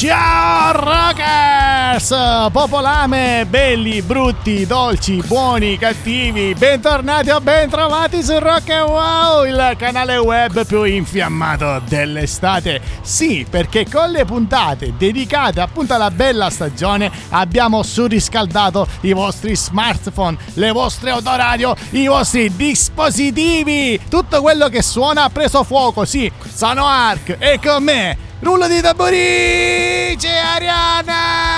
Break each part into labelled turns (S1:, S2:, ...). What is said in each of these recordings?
S1: Ciao Rockers! Popolame, belli, brutti, dolci, buoni, cattivi, bentornati o bentrovati su Rock and Wow, il canale web più infiammato dell'estate. Sì, perché con le puntate dedicate appunto alla bella stagione abbiamo surriscaldato i vostri smartphone, le vostre autoradio, i vostri dispositivi. Tutto quello che suona ha preso fuoco, sì, sono Ark e con me rullo di tamburi, c'è Ariana!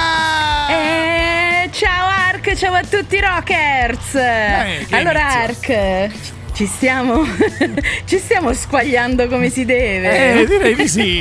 S2: Ciao Ark, ciao a tutti rockers! Allora
S1: inizio.
S2: Ark, ci stiamo squagliando come si deve.
S1: Direi di sì.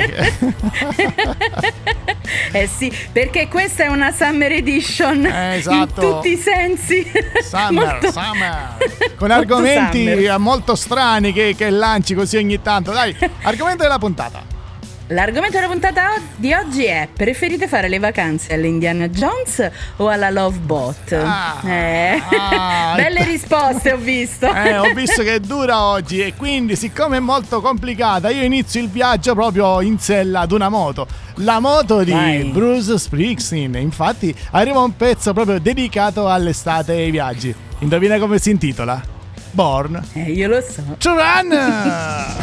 S2: Sì, perché questa è una Summer Edition
S1: Esatto.
S2: in tutti i sensi.
S1: Summer. Con argomenti
S2: summer.
S1: molto strani che lanci così ogni tanto. Dai, argomento della puntata.
S2: L'argomento della puntata di oggi è: preferite fare le vacanze all'Indiana Jones o alla Love Boat? Belle risposte ho visto.
S1: Ho visto che è dura oggi e quindi, siccome è molto complicata, io inizio il viaggio proprio in sella ad una moto. La moto di
S2: Vai.
S1: Bruce Springsteen. Infatti arriva un pezzo proprio dedicato all'estate e ai viaggi. Indovina come si intitola? Born
S2: Io lo so.
S1: to Run.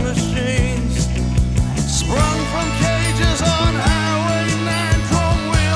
S3: Sprung from cages on Highway 9, chrome wheels.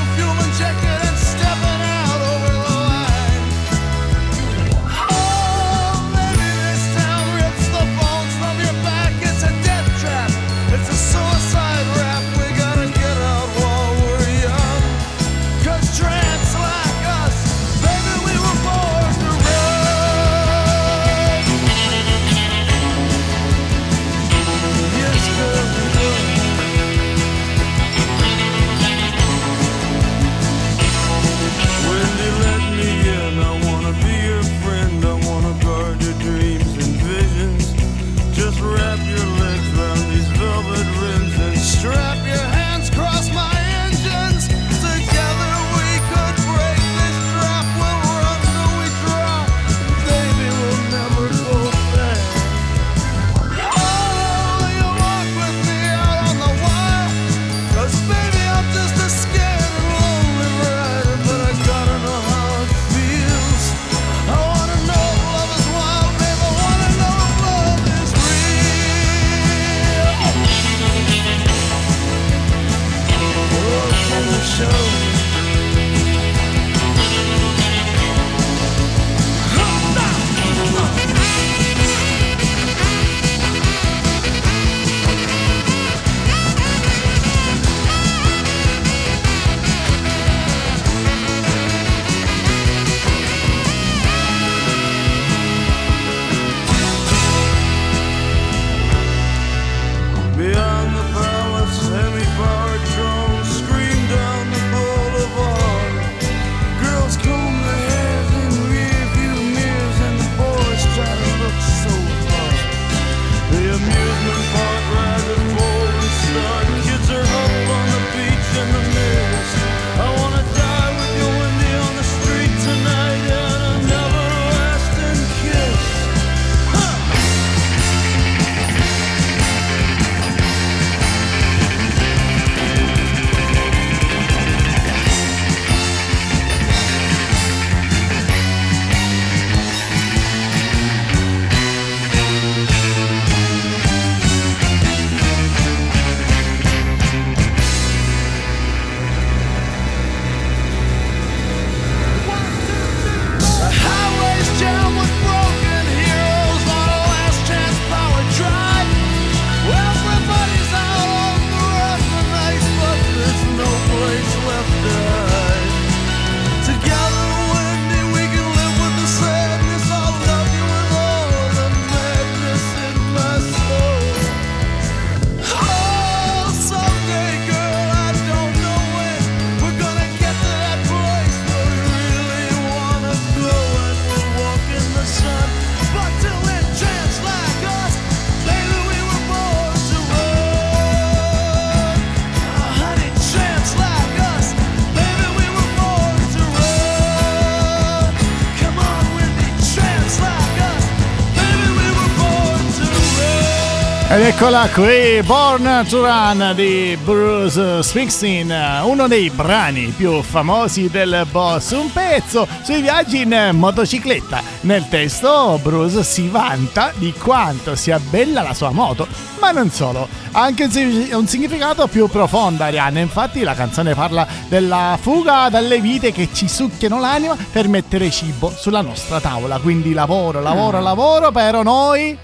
S1: Ed eccola qui, Born to Run di Bruce Springsteen, uno dei brani più famosi del boss, un pezzo sui viaggi in motocicletta. Nel testo Bruce si vanta di quanto sia bella la sua moto, ma non solo, ha anche un significato più profondo, Arianna. Infatti la canzone parla della fuga dalle vite che ci succhiano l'anima per mettere cibo sulla nostra tavola, quindi lavoro per noi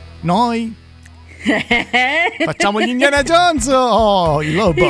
S1: facciamo gli Indiana Jones o i Lobot?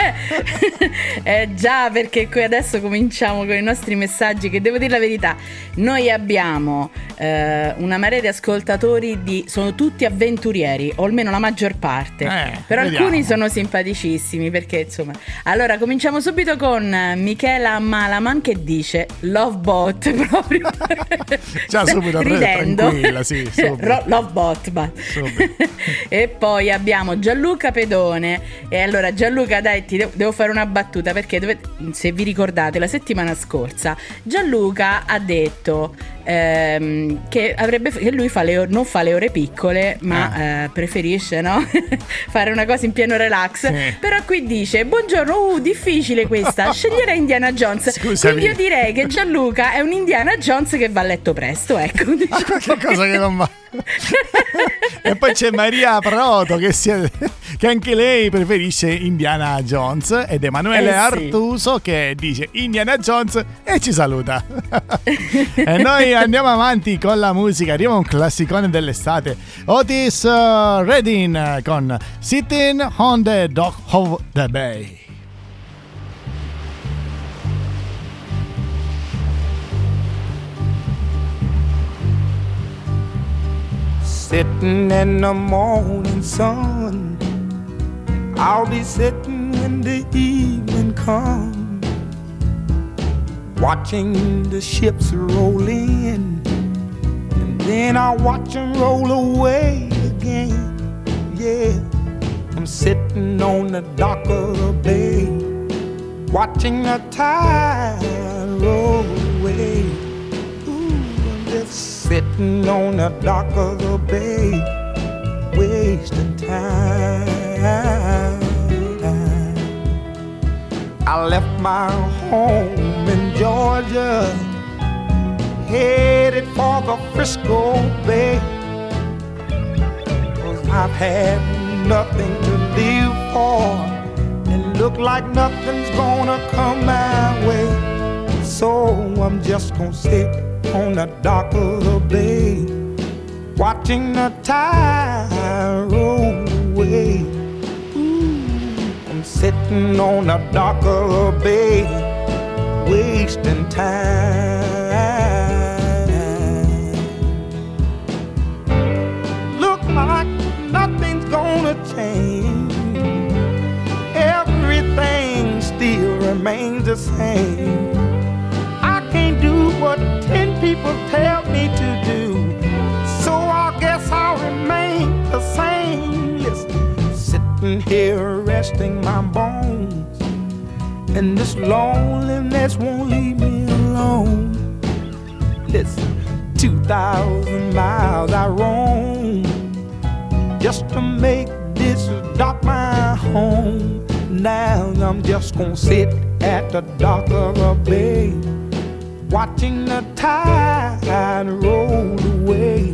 S2: Già, perché qui adesso cominciamo con i nostri messaggi, che devo dire la verità, noi abbiamo una marea di ascoltatori sono tutti avventurieri, o almeno la maggior parte, però vediamo. Alcuni sono simpaticissimi, perché insomma. Allora cominciamo subito con Michela Malaman che dice Lovebot, proprio
S1: già subito
S2: ridendo,
S1: tranquilla, sì,
S2: Lovebot, E poi abbiamo Gianluca Pedone. E allora Gianluca, dai, devo fare una battuta, perché se vi ricordate la settimana scorsa Gianluca ha detto che lui non fa le ore piccole, ma preferisce, no? fare una cosa in pieno relax, sì. Però qui dice buongiorno, difficile questa, sceglierei Indiana Jones. Scusami. Quindi io direi che Gianluca è un Indiana Jones che va a letto presto, ecco.
S1: Qualche cosa che non va. E poi c'è Maria Proto che anche lei preferisce Indiana Jones, ed Emanuele Artuso che dice Indiana Jones e ci saluta. E noi andiamo avanti con la musica, arriva un classicone dell'estate, Otis Redding con Sitting on the Dock of the Bay.
S3: Sitting in the morning sun, I'll be sitting when the evening comes, watching the ships roll in, and then I'll watch them roll away again. Yeah, I'm sitting on the dock of the bay, watching the tide roll away. Sitting on the dock of the bay, wasting time. I left my home in Georgia, headed for the Frisco Bay, 'cause I've had nothing to live for, and look like nothing's gonna come my way. So I'm just gonna sit on the dock of the bay, watching the tide roll away. I'm sitting on the dock of the bay, wasting time. Look like nothing's gonna change, everything still remains the same. I can't do what 10 people tell me to do, so I guess I'll remain the same. Listen, sitting here resting my bones, and this loneliness won't leave me alone. Listen, 2,000 miles I roam just to make this dock my home. Now I'm just gonna sit at the dock of the bay, watching the tide roll away.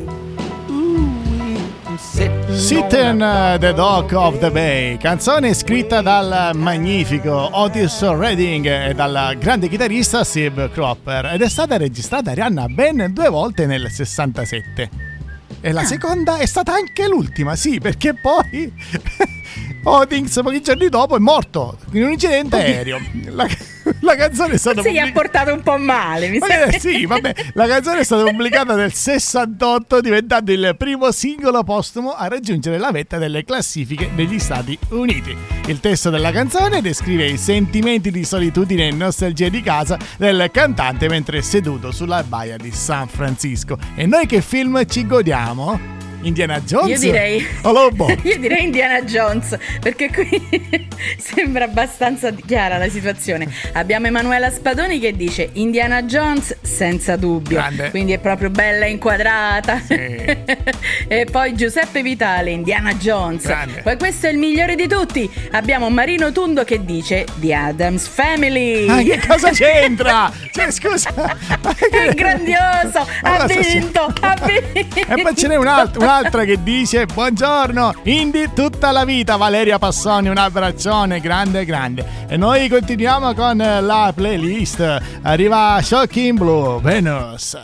S1: Sit in the Dock of the Bay, canzone scritta dal magnifico Otis Redding e dal grande chitarrista Steve Cropper, ed è stata registrata, Arianna, ben 2 volte nel 67. E la seconda è stata anche l'ultima, sì, perché poi Otis pochi giorni dopo è morto in un incidente aereo. La canzone è stata
S2: gli ha portato un po' male, mi sa.
S1: Sì, vabbè, la canzone è stata pubblicata nel 68, diventando il primo singolo postumo a raggiungere la vetta delle classifiche degli Stati Uniti. Il testo della canzone descrive i sentimenti di solitudine e nostalgia di casa del cantante mentre è seduto sulla baia di San Francisco. E noi che film ci godiamo? Indiana Jones?
S2: Io direi
S1: Lobo?
S2: Io direi Indiana Jones, perché qui sembra abbastanza chiara la situazione. Abbiamo Emanuela Spadoni che dice Indiana Jones senza dubbio.
S1: Grande.
S2: Quindi è proprio bella inquadrata.
S1: Sì.
S2: E poi Giuseppe Vitale, Indiana Jones.
S1: Grande.
S2: Poi questo è il migliore di tutti. Abbiamo Marino Tundo che dice The Addams Family.
S1: Che cosa c'entra? Cioè, scusa.
S2: È grandioso. Ha vinto.
S1: E poi ce n'è un'altra che dice buongiorno, Indy tutta la vita. Valeria Passoni, un abbraccione grande. E noi continuiamo con la playlist. Arriva Shocking Blue, Venus.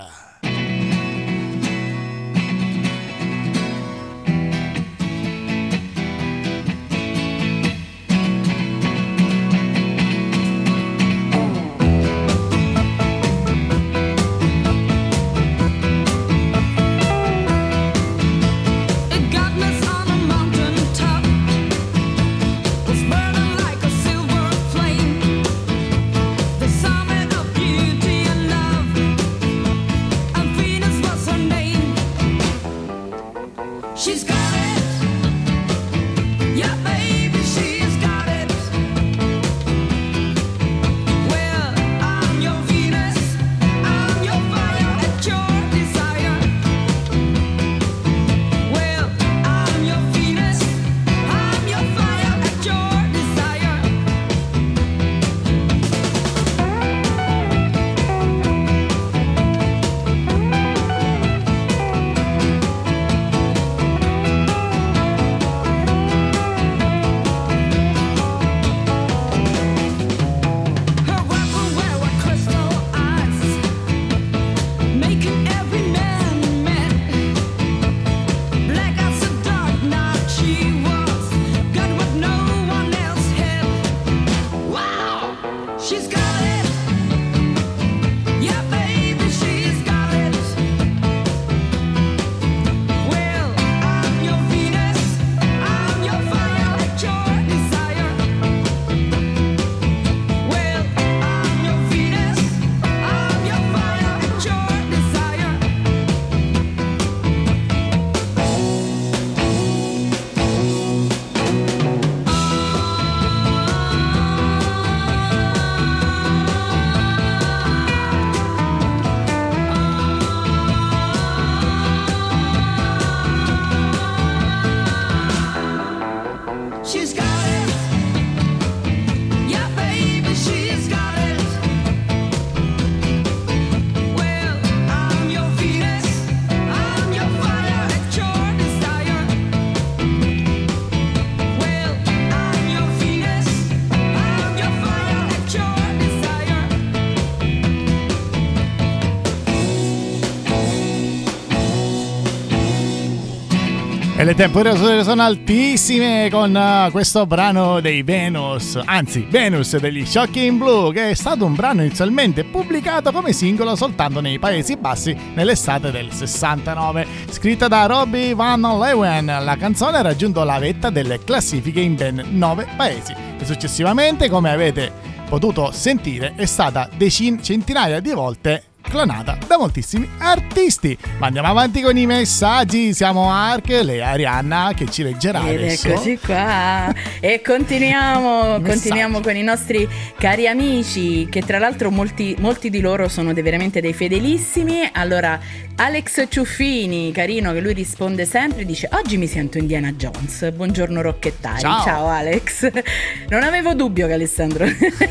S1: E le temperature sono altissime con questo brano dei Venus, anzi Venus degli Shocking Blue, che è stato un brano inizialmente pubblicato come singolo soltanto nei Paesi Bassi nell'estate del 69. Scritta da Robbie Van Leeuwen, la canzone ha raggiunto la vetta delle classifiche in ben 9 paesi e successivamente, come avete potuto sentire, è stata centinaia di volte clonata da moltissimi artisti. Ma andiamo avanti con i messaggi. Siamo Ark, lei Arianna che ci leggerà
S2: ed
S1: adesso.
S2: Eccoci qua e continuiamo con i nostri cari amici, che tra l'altro molti di loro sono veramente dei fedelissimi. Allora Alex Ciuffini, carino, che lui risponde sempre, dice: oggi mi sento Indiana Jones. Buongiorno rocchettari. Ciao Alex. Non avevo dubbio che Alessandro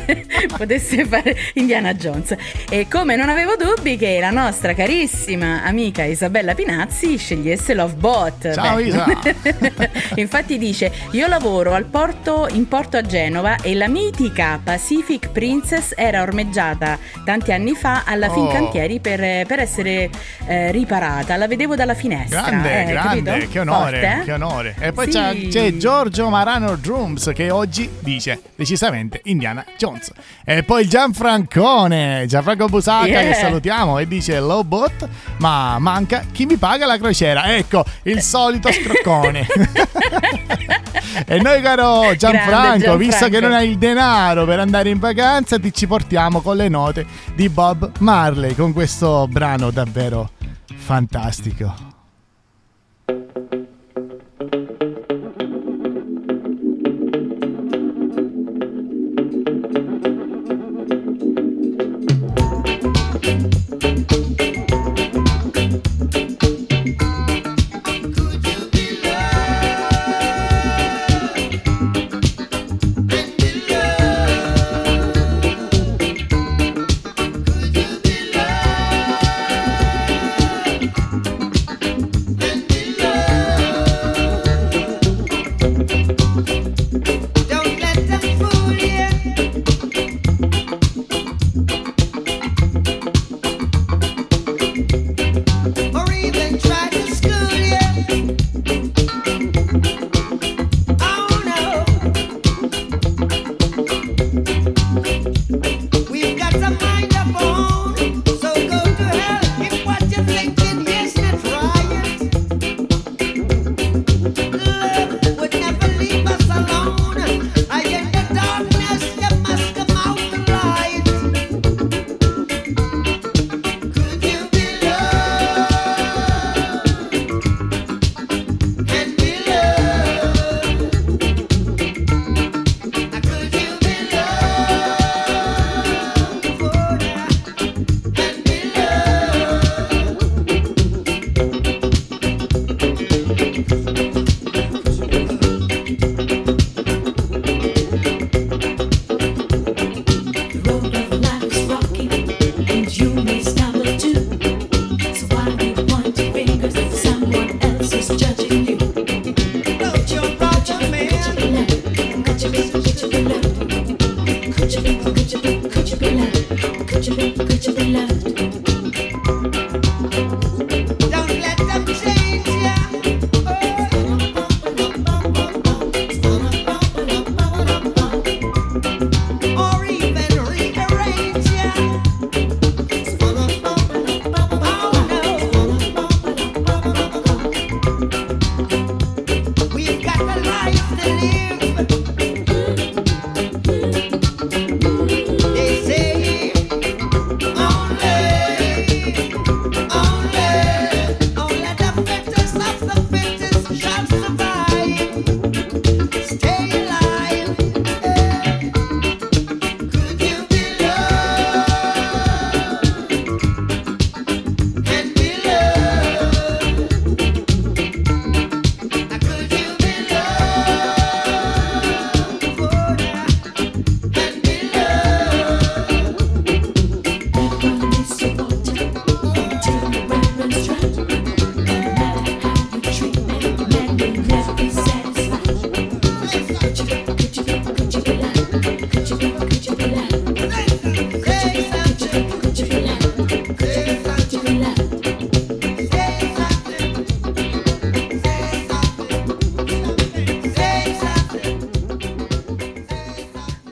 S2: potesse fare Indiana Jones, e come non avevo dubbi che la nostra carissima amica Isabella Pinazzi scegliesse Lovebot.
S1: Ciao Isa.
S2: Infatti dice: io lavoro in porto a Genova e la mitica Pacific Princess era ormeggiata tanti anni fa alla Fincantieri per essere riparata. La vedevo dalla finestra.
S1: Grande,
S2: capito?
S1: Che onore,
S2: Forte,
S1: che onore. E poi
S2: sì.
S1: c'è Giorgio Marano Drums che oggi dice decisamente Indiana Jones. E poi Gianfranco Busacca, che salutiamo, e dice Lowbot, ma manca chi mi paga la crociera. Ecco, il solito scroccone. E noi, caro Gianfranco, visto che non hai il denaro per andare in vacanza, ti ci portiamo con le note di Bob Marley con questo brano davvero fantastico.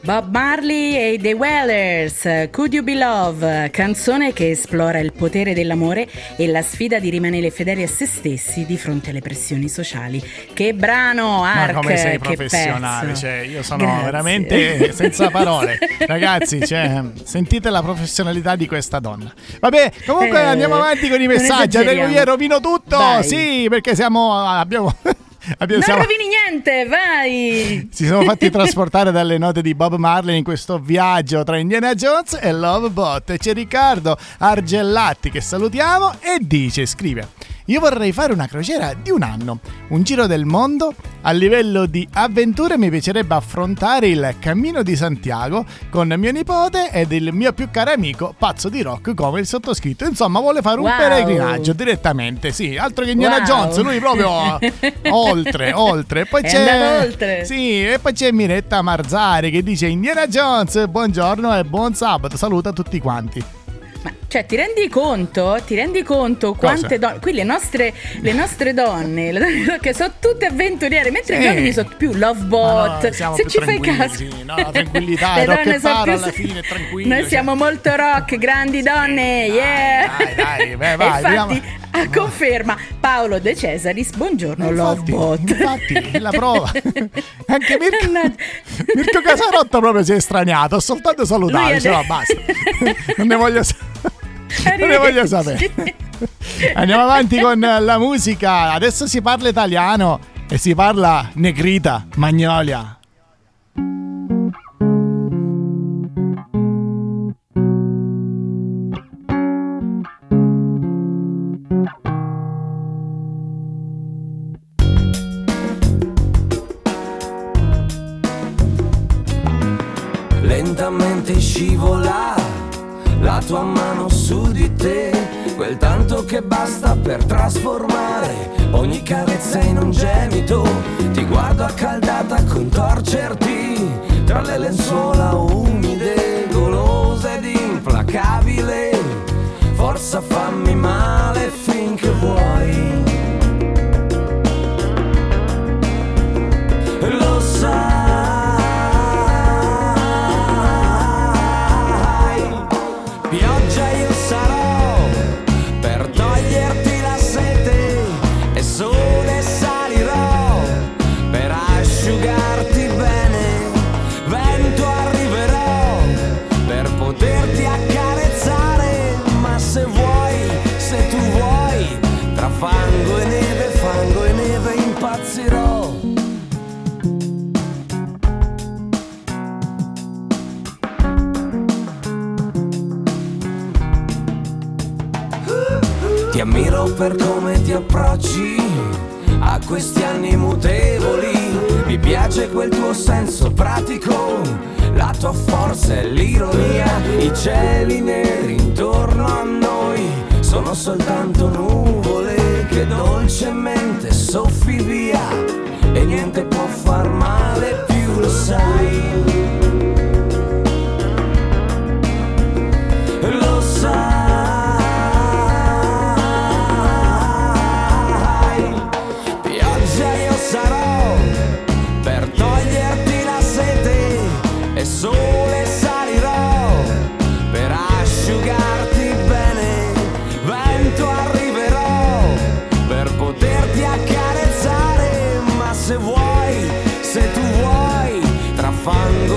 S2: Bob Marley e The Wailers, Could You Be Love, canzone che esplora il potere dell'amore e la sfida di rimanere fedeli a se stessi di fronte alle pressioni sociali. Che brano, Ark!
S1: Ma come sei
S2: che
S1: professionale,
S2: pezzo.
S1: cioè, io sono
S2: Grazie.
S1: veramente senza parole. Ragazzi, cioè, sentite la professionalità di questa donna. Vabbè, comunque andiamo avanti con i
S2: non
S1: messaggi.
S2: esageriamo.
S1: Io rovino tutto,
S2: Vai.
S1: sì, perché abbiamo
S2: Non
S1: siamo-
S2: rovini niente, vai!
S1: si sono fatti trasportare dalle note di Bob Marley in questo viaggio tra Indiana Jones e Love Bot. E c'è Riccardo Argellatti che salutiamo e scrive: io vorrei fare una crociera di un anno, un giro del mondo. A livello di avventure mi piacerebbe affrontare il Cammino di Santiago con mio nipote ed il mio più caro amico pazzo di rock come il sottoscritto. Insomma, vuole fare un
S2: Wow.
S1: peregrinaggio direttamente, sì, altro che Indiana
S2: Wow.
S1: Jones, lui proprio oltre. Poi
S2: È
S1: c'è
S2: andato oltre.
S1: Sì, e poi c'è Miretta Marzari che dice: Indiana Jones, buongiorno e buon sabato, saluta tutti quanti.
S2: Ma cioè, ti rendi conto quante donne? Qui le nostre donne, le donne che sono tutte avventuriere, mentre
S1: Sì.
S2: gli uomini sono più love
S1: Ma
S2: bot.
S1: no, siamo
S2: se
S1: più
S2: ci fai
S1: tranquilli,
S2: caso,
S1: sì, no, la tranquillità,
S2: le
S1: il rock
S2: donne
S1: e
S2: sono
S1: paro
S2: più
S1: alla fine, tranquilli,
S2: Noi
S1: cioè.
S2: siamo molto rock, grandi donne, yeah.
S1: Dai, beh,
S2: E
S1: vai,
S2: infatti, a conferma Paolo De Cesaris, buongiorno love bot.
S1: Infatti, la prova. Anche
S2: Mannaggia.
S1: Mirko Casarotto proprio si è estraniato, ho soltanto salutato,
S2: Lui
S1: dice, no, basta. Non ne voglio sapere. Andiamo avanti con la musica. Adesso si parla italiano e si parla negrita, magnolia.
S4: Lentamente scivola la tua mano su di te, quel tanto che basta per trasformare ogni carezza in un gemito. Ti guardo accaldata contorcerti tra le lenzuola umide, golosa ed implacabile. Forza, fammi male finché vuoi. Lo sai. Pioggia io sarò per toglierti la sete e sole salirò per asciugarti bene. Vento arriverò per poterti accarezzare, ma se vuoi, se tu vuoi, tra fango e neve impazzirò. Ti ammiro per come ti approcci a questi anni mutevoli. Mi piace quel tuo senso pratico, la tua forza e l'ironia. I cieli neri intorno a noi sono soltanto nuvole che dolcemente soffi via e niente può far male più, lo sai. Lo sai. Sole salirò per asciugarti bene, vento arriverò per poterti accarezzare, ma se vuoi, se tu vuoi, tra fango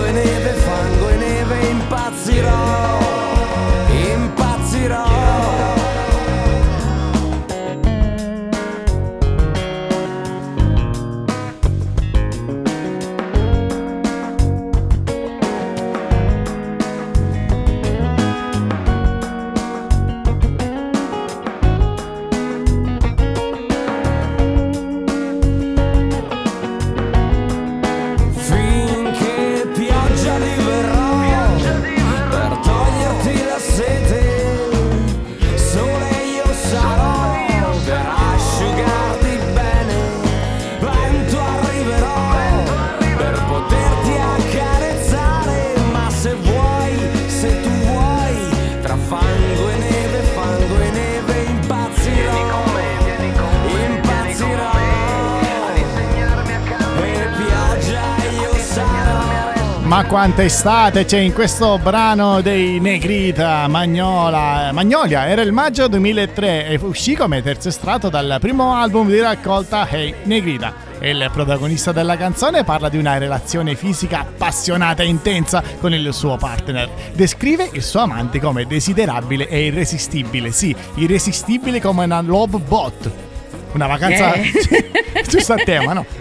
S1: Ma quanta estate c'è in questo brano dei Negrita. Magnolia era il maggio 2003 e uscì come terzo estratto dal primo album di raccolta Hey Negrita. Il protagonista della canzone parla di una relazione fisica appassionata e intensa con il suo partner. Descrive il suo amante come desiderabile e irresistibile. Sì, irresistibile come una love bot. Una vacanza giusto a tema, no?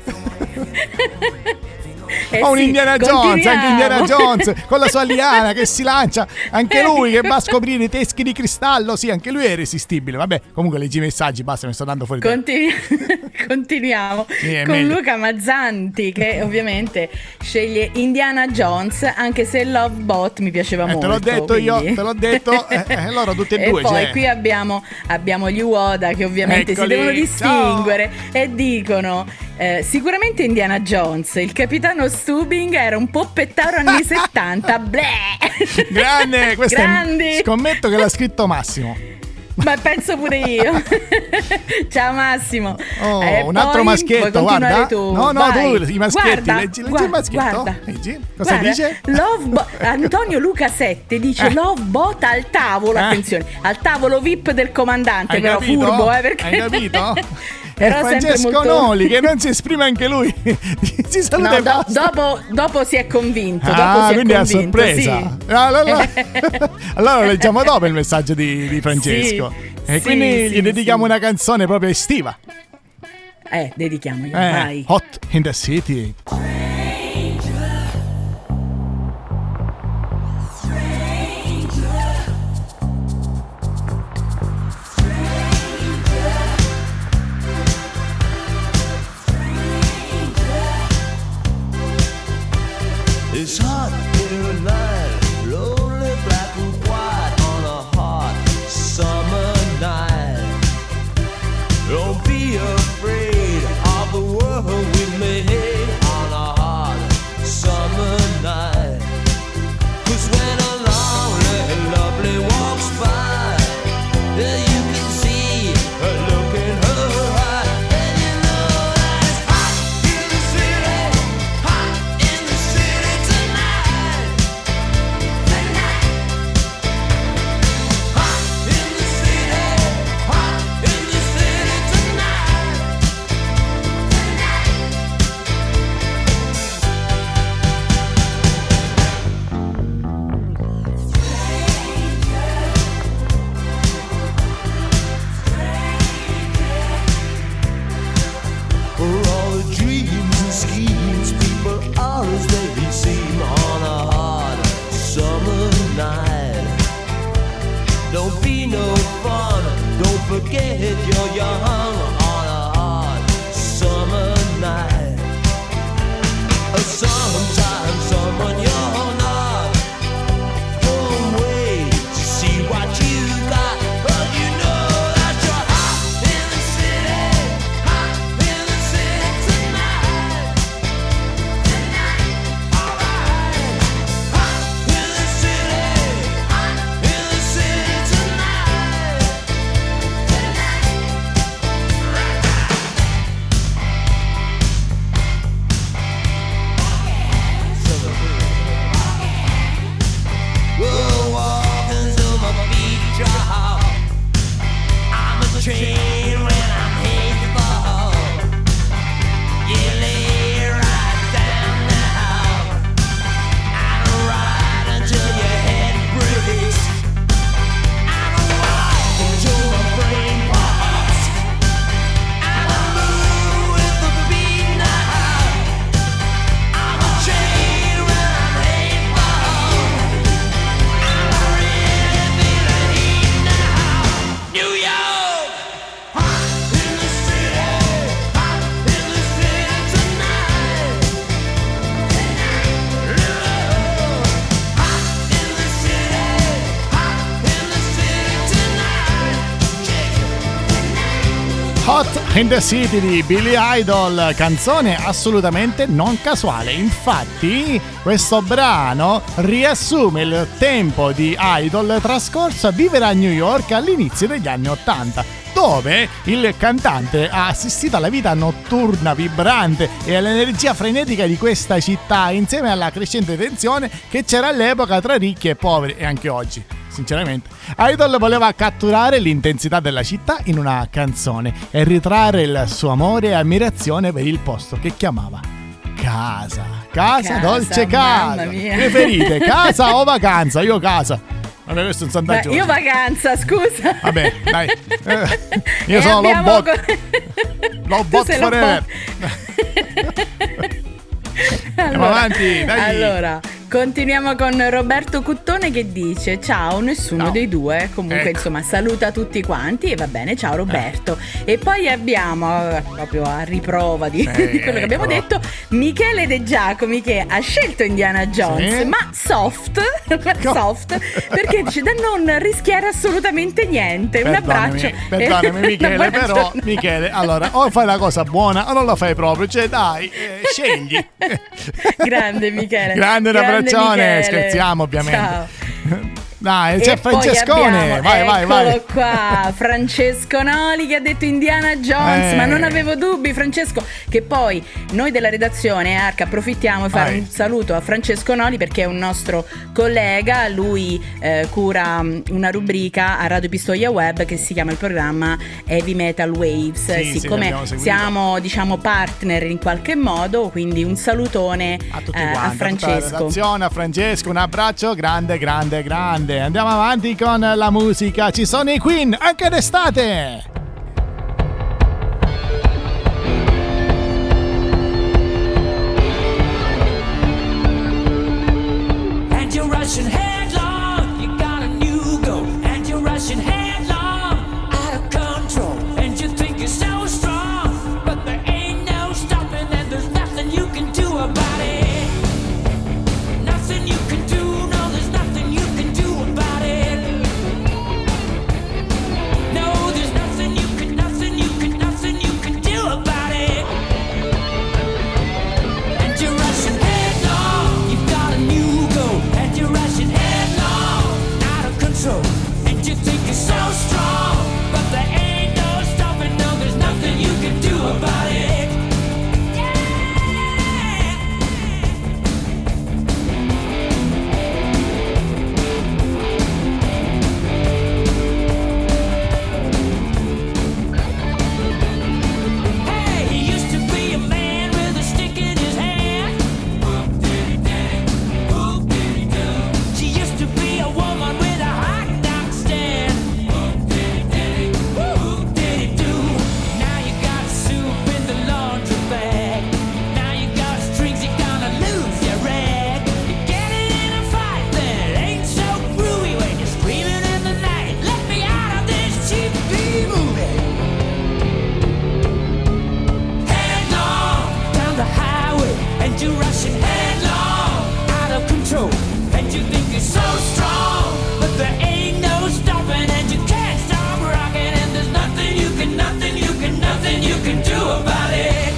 S1: Un
S2: sì,
S1: Indiana Jones, anche Indiana Jones con la sua liana che si lancia, anche lui che va a scoprire i teschi di cristallo. Sì, anche lui è irresistibile. Vabbè, comunque leggi i messaggi, basta, mi sto dando fuori.
S2: Continuiamo
S1: sì,
S2: con
S1: meglio.
S2: Luca Mazzanti, che ovviamente sceglie Indiana Jones, anche se Love Bot mi piaceva molto.
S1: Te l'ho detto
S2: quindi...
S1: io, te l'ho detto. Loro tutti e due.
S2: E poi
S1: cioè.
S2: qui abbiamo gli Uoda che ovviamente
S1: Eccoli,
S2: si devono distinguere, ciao. E dicono sicuramente Indiana Jones, il capitano Stubing era un po' pettaro anni 70. Bleh.
S1: Grande, questo
S2: Grandi.
S1: Scommetto che l'ha scritto Massimo.
S2: Ma penso pure io. Ciao Massimo.
S1: Un altro maschietto, guarda.
S2: Tu.
S1: No,
S2: Vai.
S1: tu, i maschietti.
S2: Guarda,
S1: leggi il maschietto.
S2: Guarda.
S1: Leggi. Cosa dice?
S2: Antonio Luca 7 dice Love Bot al tavolo. Attenzione, al tavolo VIP del comandante.
S1: Hai
S2: però
S1: capito?
S2: Furbo, perché...
S1: Hai capito? E
S2: Però
S1: Francesco
S2: molto...
S1: Noli che non si esprime anche lui. Si saluta e basta.
S2: Dopo si è convinto.
S1: Quindi è a
S2: convinto,
S1: sorpresa.
S2: sì.
S1: Allora lo leggiamo dopo il messaggio di Francesco.
S2: Sì,
S1: e quindi gli dedichiamo
S2: sì.
S1: una canzone proprio estiva.
S2: Dedichiamogli, vai.
S1: Hot in the City.
S4: It's hot in the night, lonely black and white on a hot summer night. Don't be afraid of the world we made on a hot summer night. 'Cause when a lonely, lovely walks by, you can see her look in her eye, and you know that it's hot in the city, hot in the city tonight. Hot in the city, hot in the city tonight. For all the dreams and schemes, people are as they seem on a hot summer night. Don't be no fun, don't forget you're young on a hot summer night. Sometimes someone you're not won't wait to see what you got, but you know that you're hot in the city, hot in the city tonight. Alright, hot in the city, hot in the city tonight. We'll walk until my feet drop. I'm a train when I'm headed for. You lay right down now. I'm ride until your head breaks. I'm a walk until my brain pops. I'm a move with the beat now. I'm a train when I'm headed for. New York, hot in the city, hot in the city tonight. Hot in the city, hot in the city tonight.
S1: Hot in the City di Billy Idol, canzone assolutamente non casuale. Infatti questo brano riassume il tempo di Idol trascorso a vivere a New York all'inizio degli anni 80, dove il cantante ha assistito alla vita notturna vibrante e all'energia frenetica di questa città, insieme alla crescente tensione che c'era all'epoca tra ricchi e poveri, e anche oggi. Sinceramente, Idol voleva catturare l'intensità della città in una canzone e ritrarre il suo amore e ammirazione per il posto che chiamava casa, dolce casa. Preferite casa o vacanza? Io casa. Vabbè, questo è un sondaggio.
S2: Io vacanza, scusa.
S1: Vabbè, dai. Io sono Lobot forever. Andiamo avanti, dai.
S2: Allora, continuiamo con Roberto Cuttone che dice: ciao, nessuno dei due. Comunque, insomma, saluta tutti quanti e va bene, ciao Roberto. E poi abbiamo, proprio a riprova di quello che abbiamo detto, Michele De Giacomi, che ha scelto Indiana Jones, ma soft, perché dice da non rischiare assolutamente niente. Un abbraccio.
S1: Perdonami Michele, però Michele, allora, o fai la cosa buona o non la fai proprio, cioè dai, scegli.
S2: Grande Michele.
S1: Grande un abbraccione, scherziamo ovviamente.
S2: Ciao.
S1: Dai, c'è Francescone, vai.
S2: Eccolo qua, Francesco Noli che ha detto Indiana Jones, ma non avevo dubbi, Francesco, che poi noi della redazione Arca approfittiamo di fare un saluto a Francesco Noli perché è un nostro collega, lui cura una rubrica a Radio Pistoia Web che si chiama il programma Heavy Metal Waves, siccome siamo diciamo partner in qualche modo, quindi un salutone
S1: a tutti quanti,
S2: a Francesco,
S1: a Francesco, un abbraccio grande. Andiamo avanti con la musica. Ci sono i Queen anche d'estate.
S5: And you're rushing headlong, you got a new goal. And you're rushing headlong, out of control. And you think you're so strong, but there ain't no stopping, and there's nothing you can do about it. Nothing you can do. And you think you're so strong, but there ain't no stopping, no, there's nothing you can do about it. Hey, he used to be a man with a stick in his hand. She used to be a woman with you're rushing headlong, out of control. And you think you're so strong, but there ain't no stopping, and you can't stop rocking, and there's nothing you can do about it.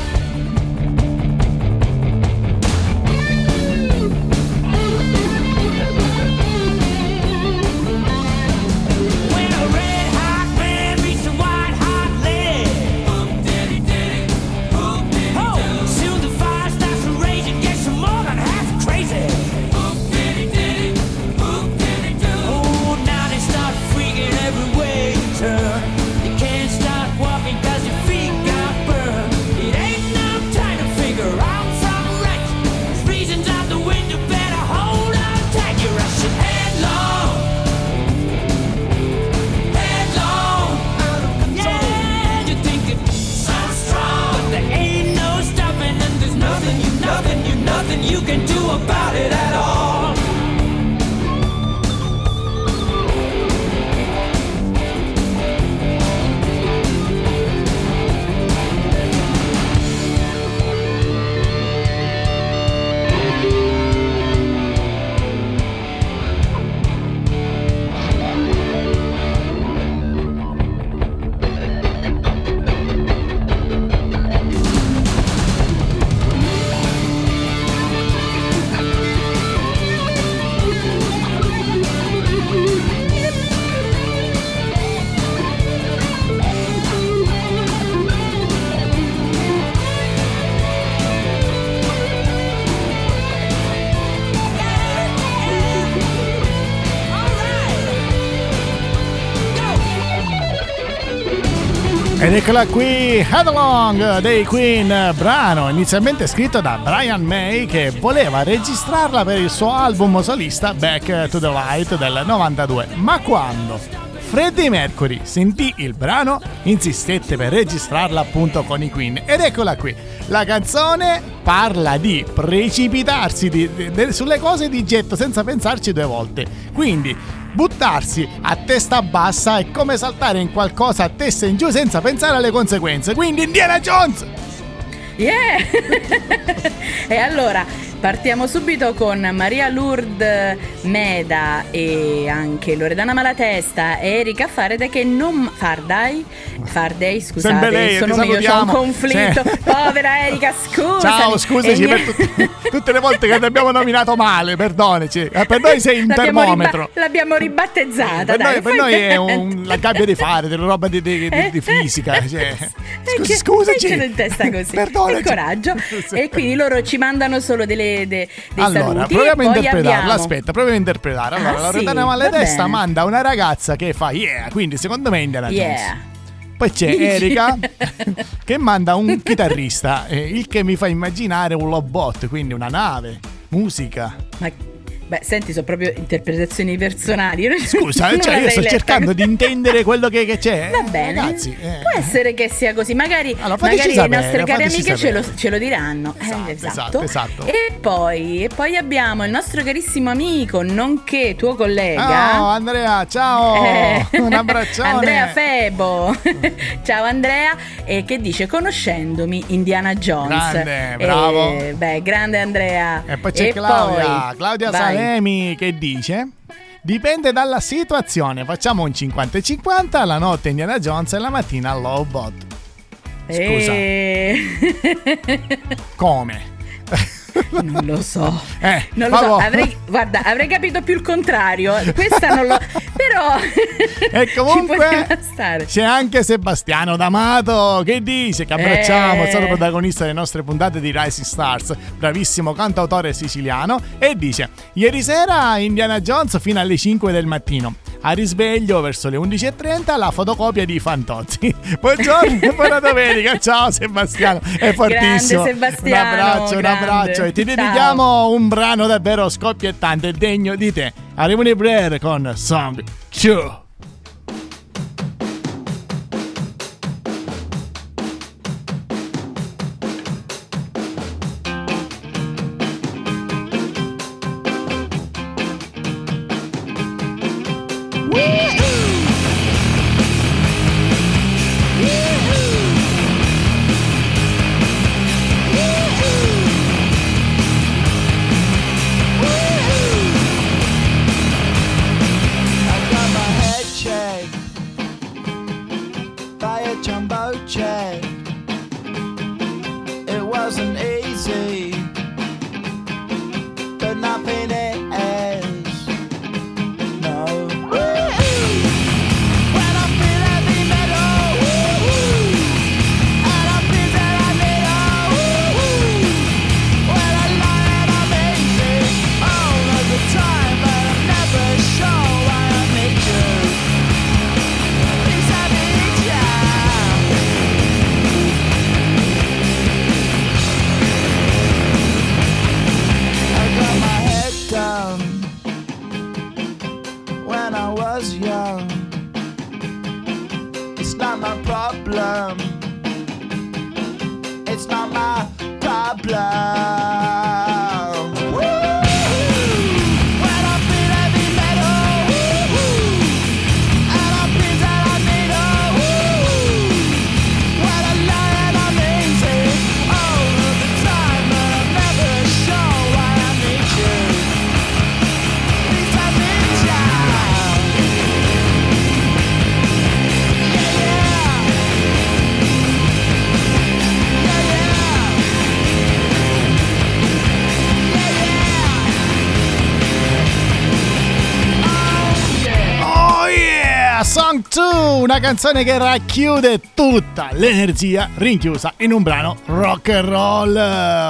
S5: When a red hot man meets a white hot lady, soon the fire starts to rage and gets more than half crazy.
S1: Ed eccola qui, Headlong dei Queen, brano inizialmente scritto da Brian May che voleva registrarla per il suo album solista Back to the Light del 92, ma quando Freddie Mercury sentì il brano insistette per registrarla appunto con i Queen. Ed eccola qui, la canzone parla di precipitarsi sulle cose di getto senza pensarci due volte, quindi buttarsi a testa bassa è come saltare in qualcosa a testa in giù senza pensare alle conseguenze, quindi Indiana Jones!
S2: Yeah! E allora partiamo subito con Maria Lourdes Meda e anche Loredana Malatesta e Erika Faraday che non Faraday, scusate,
S1: lei,
S2: sono io, c'ho un conflitto. Sì. Povera Erika, scusa.
S1: Ciao, scusaci per tutte le volte che ti abbiamo nominato male, perdonaci. Per noi sei un termometro.
S2: L'abbiamo ribattezzata.
S1: Per noi è la gabbia di fare, della roba di fisica. Cioè. Scusaci.
S2: Ce l'ho in testa così.
S1: Perdonaci.
S2: E coraggio.
S1: Sì.
S2: E quindi loro ci mandano solo dei
S1: allora,
S2: saluti.
S1: proviamo a interpretarla.
S2: Abbiamo...
S1: Aspetta, proviamo a interpretare. Allora, la Loredana Malatesta manda una ragazza che fa yeah, quindi secondo me è Indiana Jones. Poi c'è Erika che manda un chitarrista, il che mi fa immaginare un Lobot, quindi una nave, musica.
S2: Beh, senti, sono proprio interpretazioni personali.
S1: Scusa, io sto cercando di intendere quello che c'è.
S2: Va bene, ragazzi, può essere che sia così. Magari
S1: sapere,
S2: le nostre care amiche ce lo diranno.
S1: Esatto.
S2: E poi abbiamo il nostro carissimo amico, nonché tuo collega.
S1: Oh, Andrea, ciao. Un abbraccione.
S2: Andrea Febo. Ciao Andrea. E che dice, conoscendomi Indiana Jones.
S1: Grande, bravo.
S2: Grande Andrea.
S1: E poi c'è Claudia Salemi che dice: dipende dalla situazione, facciamo un 50-50, la notte Indiana Jones e la mattina Lobot. Scusa. Come?
S2: Non lo so. Non lo
S1: so.
S2: Avrei capito più il contrario. Questa non lo. Però.
S1: E comunque c'è anche Sebastiano D'Amato che dice che abbracciamo, è stato protagonista delle nostre puntate di Rising Stars, bravissimo cantautore siciliano, e dice: ieri sera Indiana Jones fino alle 5 del mattino. A risveglio verso le 11:30 la fotocopia di Fantozzi. Buongiorno e buona domenica. Ciao Sebastiano, è fortissimo.
S2: Grande Sebastiano,
S1: un abbraccio e ti dedichiamo un brano davvero scoppiettante e degno di te. Arrivano i Blair con Song 2. Song 2, una canzone che racchiude tutta l'energia rinchiusa in un brano rock and roll.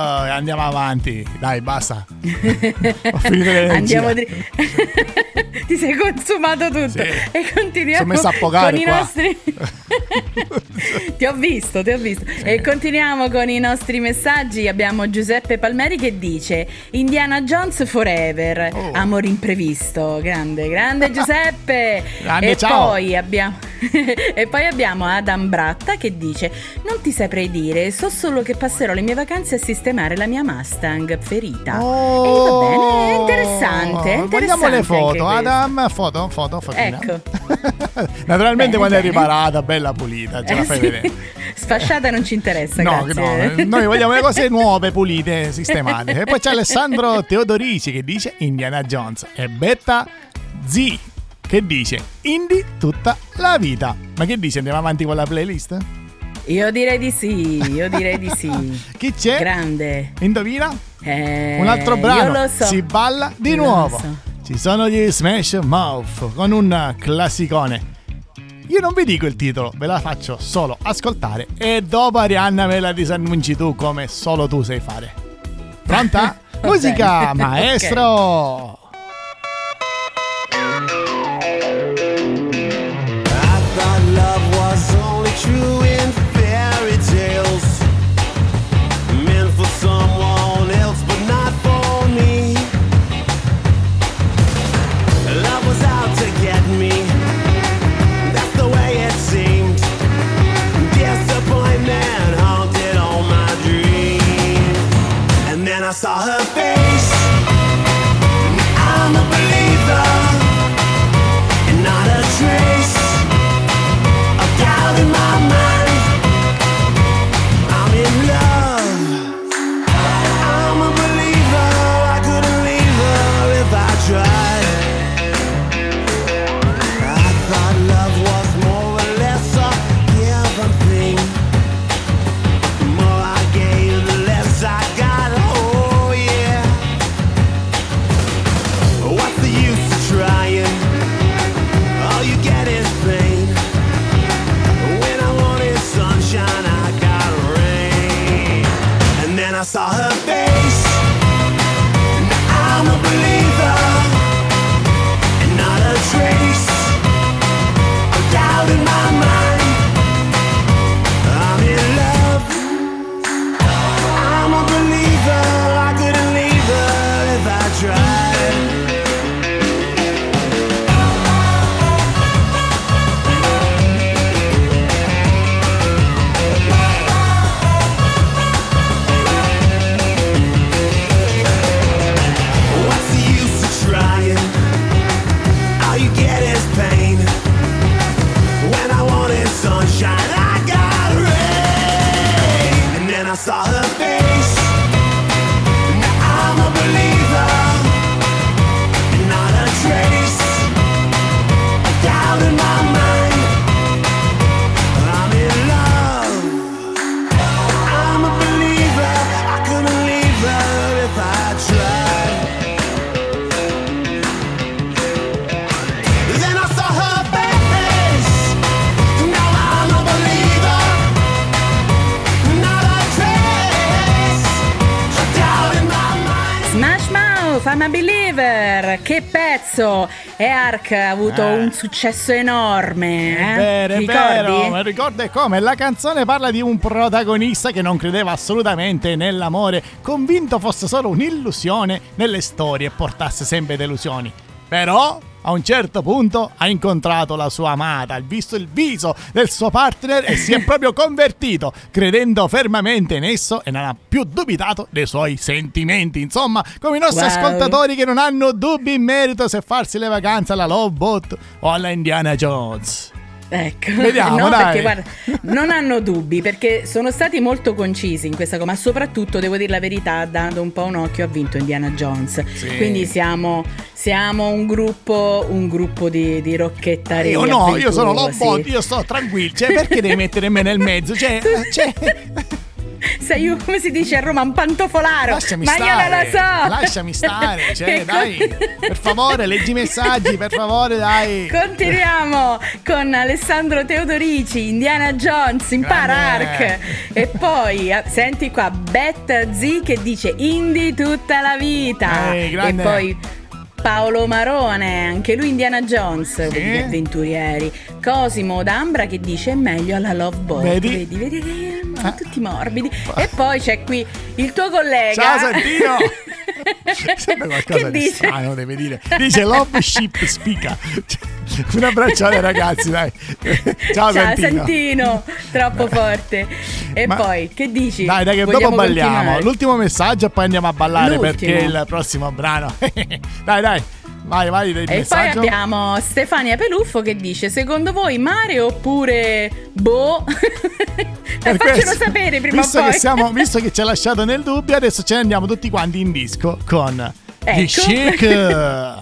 S1: Andiamo avanti, dai, basta. Ho finito l'energia.
S2: Ti Ti sei consumato tutto.
S1: Sì.
S2: E continuiamo
S1: Sono messo a pogare
S2: con i
S1: qua.
S2: nostri Ti ho visto. E continuiamo con i nostri messaggi. Abbiamo Giuseppe Palmeri che dice: Indiana Jones forever.
S1: Oh.
S2: Amore imprevisto. Grande Giuseppe.
S1: Grande,
S2: e
S1: ciao.
S2: poi abbiamo E poi abbiamo Adam Bratta che dice: non ti saprei dire, so solo che passerò le mie vacanze a sistemare la mia Mustang ferita. E va bene, è interessante.
S1: Vogliamo le foto,
S2: anche questo.
S1: Adam, foto.
S2: Ecco.
S1: Naturalmente quando è
S2: bene.
S1: riparata, bella pulita, ce la fai
S2: Sì.
S1: vedere.
S2: Sfasciata non ci interessa,
S1: No,
S2: grazie.
S1: noi vogliamo le cose nuove, pulite, sistemate. E poi c'è Alessandro Teodorici che dice Indiana Jones e Betta Z che dice Indy tutta la vita. Ma che dice? Andiamo avanti con la playlist?
S2: Io direi di sì.
S1: Chi c'è?
S2: Grande.
S1: Indovina? Un altro
S2: Io
S1: brano.
S2: lo so.
S1: Si balla di
S2: Lo
S1: nuovo.
S2: so.
S1: Ci sono gli Smash Mouth con un classicone. Io non vi dico il titolo, ve la faccio solo ascoltare e dopo Arianna me la disannunci tu come solo tu sai fare. Pronta?
S2: Va
S1: Musica,
S2: bene.
S1: maestro!
S4: I thought love was only true in fairy tales, meant for someone else but not for me. Love was out to get me, that's the way it seemed. Disappointment haunted all my dreams. And then I saw her face, I'm a believer, and not a trace of doubt in my mind. I'm in love, I'm a believer, I couldn't leave her if I tried. I thought love was more or less a given thing. The more I gave, the less I got, oh yeah. What's the use of trying? All you get is pain. When I wanted sunshine, I got rain. And then I saw her face. Now I'm a believer, and not a trace of doubt in my mind. I'm in love, I'm a believer, I couldn't leave her if I tried. What's the use of trying? All you get is pain. When I wanted sunshine, I got rain. And then I saw her face. Now I'm a believer, not a trace of doubt in my mind. I'm in love, I'm a believer, I couldn't leave her if I tried. Then I saw her face. Now I'm a believer, not a trace of doubt in my mind.
S2: Smash Mouth, I'm a Believer. Che pezzo! E Ark ha avuto un successo enorme.
S1: È vero,
S2: Ti
S1: è vero,
S2: ricordi?
S1: ma ricorda come? La canzone parla di un protagonista che non credeva assolutamente nell'amore, convinto fosse solo un'illusione nelle storie e portasse sempre delusioni. Però, a un certo punto, ha incontrato la sua amata, ha visto il viso del suo partner e si è proprio convertito, credendo fermamente in esso e non ha più dubitato dei suoi sentimenti. Insomma, come i nostri
S2: Wow.
S1: ascoltatori che non hanno dubbi in merito se farsi le vacanze alla Lobot o alla Indiana Jones.
S2: Ecco,
S1: Vediamo,
S2: no,
S1: dai.
S2: perché guarda, non hanno dubbi perché sono stati molto concisi in questa cosa, ma soprattutto devo dire la verità, dando un po' un occhio, ha vinto Indiana Jones.
S1: Sì.
S2: Quindi siamo un gruppo di rocchettari.
S1: Io no, io sono
S2: avventurosi.
S1: Lobot, io sto tranquillo. Cioè, perché devi mettere me nel mezzo? Cioè,
S2: Sei io, come si dice a Roma, un pantofolaro.
S1: lasciami
S2: ma
S1: stare.
S2: io non lo so.
S1: Lasciami stare, cioè,
S2: Ecco.
S1: dai. Per favore, leggi i messaggi, per favore, dai.
S2: Continuiamo con Alessandro Teodorici, Indiana Jones, impara
S1: Grande.
S2: Ark. E poi senti qua Betta Z che dice Indy tutta la vita.
S1: Grande.
S2: E poi Paolo Marone, anche lui Indiana Jones,
S1: Sì.
S2: gli avventurieri. Cosimo D'Ambra che dice è meglio alla Love Boat.
S1: Vedi?
S2: Vedi che tutti morbidi. E poi c'è qui il tuo collega.
S1: Ciao Santino. Sempre qualcosa
S2: Che
S1: di
S2: dice?
S1: strano deve dire. Dice Love Ship Spica. Un abbraccione ragazzi, dai. Ciao
S2: Santino, troppo forte. E
S1: Ma-
S2: poi che dici?
S1: Dai che
S2: Vogliamo
S1: dopo balliamo.
S2: continuare?
S1: L'ultimo messaggio e poi andiamo a ballare
S2: L'ultimo.
S1: perché è il prossimo brano. Vai. Vai il
S2: E poi
S1: messaggio.
S2: abbiamo Stefania Peluffo che dice: secondo voi mare oppure boh?
S1: Per
S2: Faccelo
S1: questo,
S2: sapere prima o
S1: visto
S2: poi.
S1: che visto che ci ha lasciato nel dubbio, adesso ce ne andiamo tutti quanti in disco con The
S2: Ecco.
S1: Chic.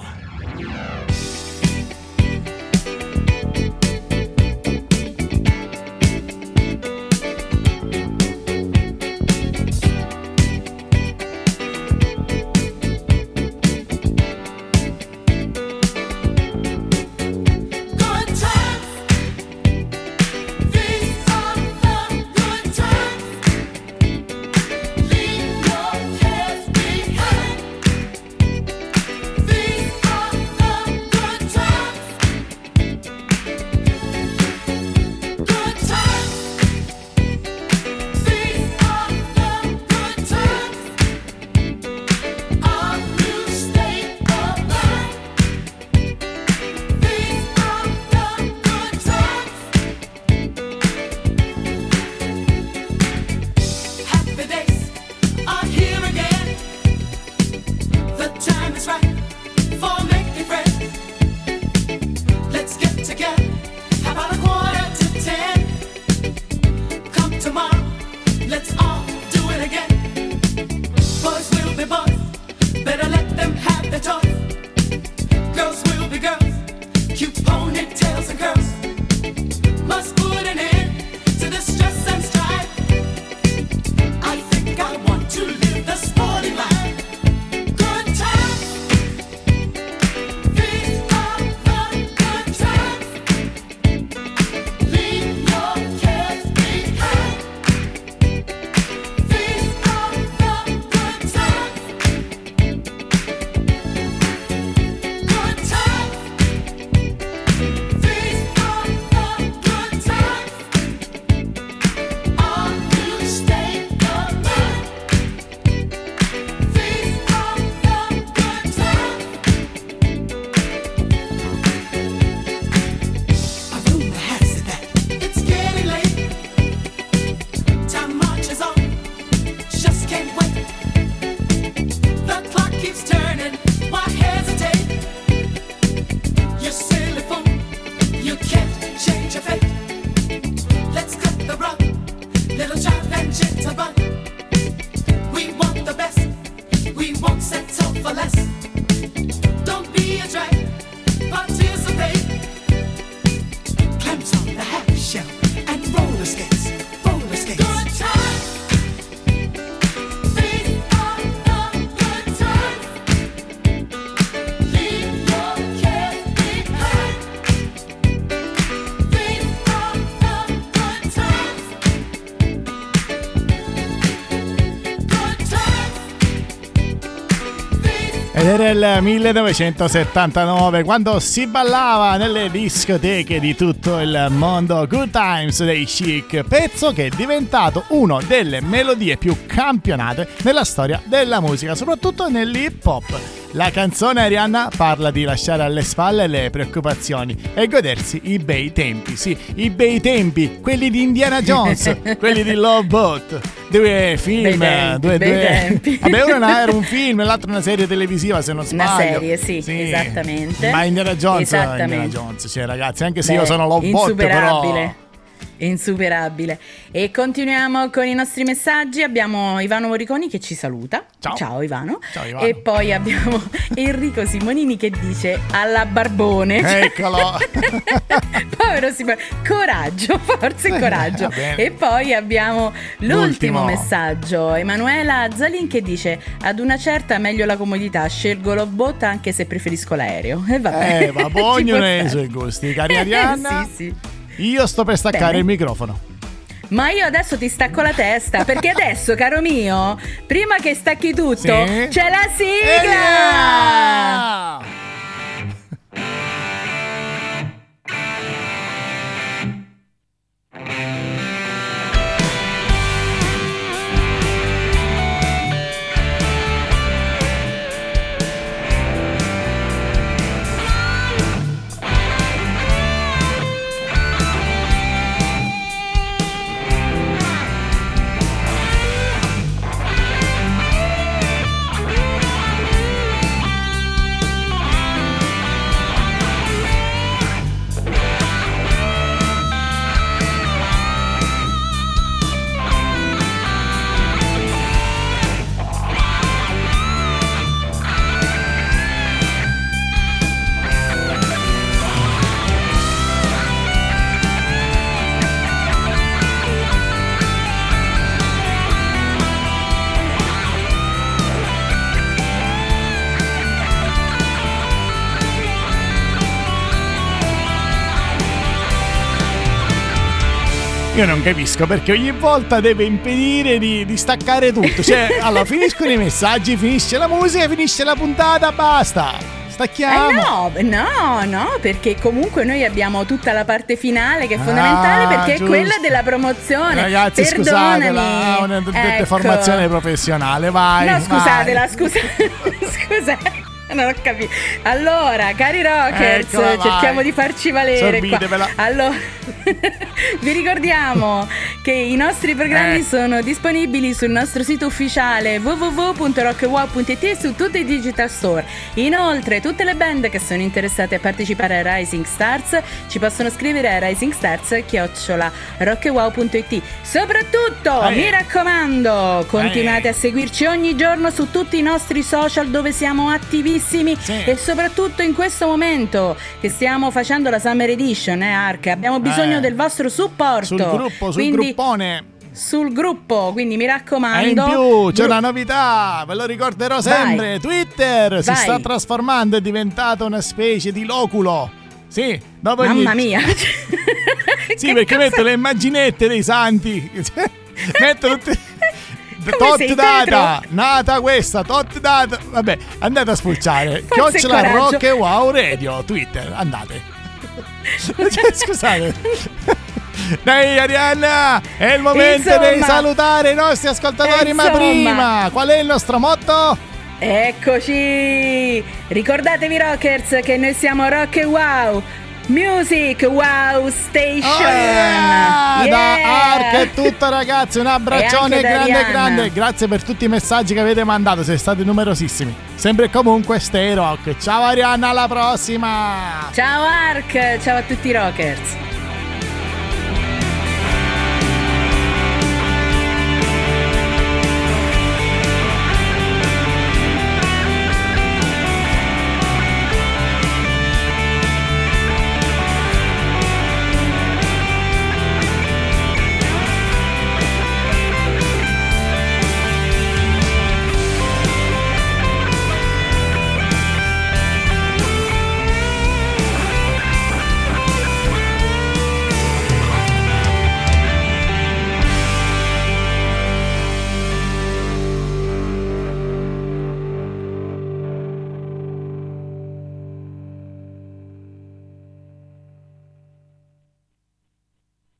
S5: Good times, these are the good times. Leave your cares behind. These are the good times. Good times. These are the good times. Our new state of mind. These are the good times. Happy days are here again. The time is right for making friends. Let's get together. How about 9:45? Come tomorrow. Let's all do it again. Boys will be boys. Better let them have their toys. Girls will be girls. Cute ponytails and curls. Must put an end to the stress and strife. I think I want to live the sporty life. Good times. These are the good times. Leave your cares behind. These are the good times. Good times. These are the good times. Our new state of mind. These are the good times. A rumor has it that it's getting late. Time marches on, just can't wait. The clock keeps turning, why hesitate? You silly fool, you can't change your fate. Let's cut the rug, little jive and jitterbug. We want the best, we won't settle for less. Don't be a drag, participate. Clams on the half shell and roller skates, roller skates. Good times. These are the good times. Leave your cares behind. These are the good times. Good times.
S1: Ed era il 1979 quando si ballava nelle discoteche di tutto il mondo. Good Times dei Chic, pezzo che è diventato una delle melodie più campionate nella storia della musica, soprattutto nell'hip hop. La canzone Arianna parla di lasciare alle spalle le preoccupazioni e godersi i bei tempi, sì, i bei tempi, quelli di Indiana Jones, quelli di Love Boat, due film,
S2: Bei tempi.
S1: Vabbè, uno era un film e l'altro una serie televisiva se non sbaglio.
S2: Una serie, sì, esattamente.
S1: Ma Indiana Jones,
S2: Esattamente.
S1: Indiana Jones, cioè ragazzi, anche se
S2: Beh,
S1: io sono Love Boat, però
S2: Insuperabile. E continuiamo con i nostri messaggi. Abbiamo Ivano Morriconi che ci saluta.
S1: Ciao.
S2: Ivano.
S1: Ciao, Ivano.
S2: E poi abbiamo Enrico Simonini che dice alla Barbone.
S1: Eccolo.
S2: Povero Simone. Coraggio, forza e coraggio.
S1: va bene.
S2: E poi abbiamo l'ultimo
S1: L'ultimo.
S2: messaggio. Emanuela Zalin che dice ad una certa meglio la comodità, scelgo Love Boat anche se preferisco l'aereo. E vabbè.
S1: Ma
S2: Ci
S1: ognuno
S2: può
S1: ha i
S2: stare.
S1: suoi gusti, cari Arianna.
S2: Sì.
S1: Io sto per staccare
S2: Bene.
S1: il microfono.
S2: Ma io adesso ti stacco la testa, perché adesso, caro mio, prima che stacchi tutto,
S1: Sì.
S2: c'è la sigla!
S1: Elia! Io non capisco perché ogni volta deve impedire di staccare tutto. Cioè, allora finiscono i messaggi, finisce la musica, finisce la puntata, basta. Stacchiamo.
S2: No, perché comunque noi abbiamo tutta la parte finale che è fondamentale, perché
S1: giusto.
S2: è quella della promozione.
S1: Ragazzi,
S2: Perdonami.
S1: scusatela, una
S2: Ecco.
S1: formazione professionale, vai.
S2: No,
S1: vai.
S2: scusatela, scusa. Non ho capito. Allora, cari Rockers,
S1: Eccola, vai.
S2: cerchiamo di farci valere qua.
S1: Sorbitevela.
S2: Allora, vi ricordiamo che i nostri programmi sono disponibili sul nostro sito ufficiale www.rockwow.it e su tutti i digital store. Inoltre, tutte le band che sono interessate a partecipare a Rising Stars ci possono scrivere a risingstars@rockwow.it. Soprattutto, mi raccomando, continuate a seguirci ogni giorno su tutti i nostri social dove siamo attivissimi. E soprattutto in questo momento che stiamo facendo la Summer Edition, Ark, abbiamo bisogno del vostro supporto
S1: Sul gruppone.
S2: Sul gruppo, quindi mi raccomando.
S1: E in più c'è una novità, ve lo ricorderò sempre.
S2: Vai.
S1: Twitter si
S2: Vai.
S1: sta trasformando, è diventato una specie di loculo. Sì, dopo
S2: Mamma mia.
S1: Sì,
S2: Che
S1: perché
S2: cosa-
S1: metto le immaginette dei santi. Metto tutte
S2: Come
S1: tot
S2: sei
S1: data, nata questa, tot data. Vabbè, andate a spulciare.
S2: Forza e
S1: Chiocciola
S2: coraggio.
S1: Rock e Wow Radio, Twitter, andate. Cioè, scusate. Dai Arianna, è il momento
S2: Insomma.
S1: di salutare i nostri ascoltatori, ma
S2: Insomma.
S1: prima, qual è il nostro motto?
S2: Eccoci. Ricordatevi Rockers che noi siamo Rock e Wow Music Wow Station.
S1: Oh yeah!
S2: Yeah!
S1: Da Ark è tutto ragazzi, un abbraccione
S2: E anche da
S1: grande
S2: Arianna.
S1: grande. Grazie per tutti i messaggi che avete mandato, siete stati numerosissimi. Sempre e comunque stay rock. Ciao Arianna, alla prossima.
S2: Ciao Ark, ciao a tutti i Rockers.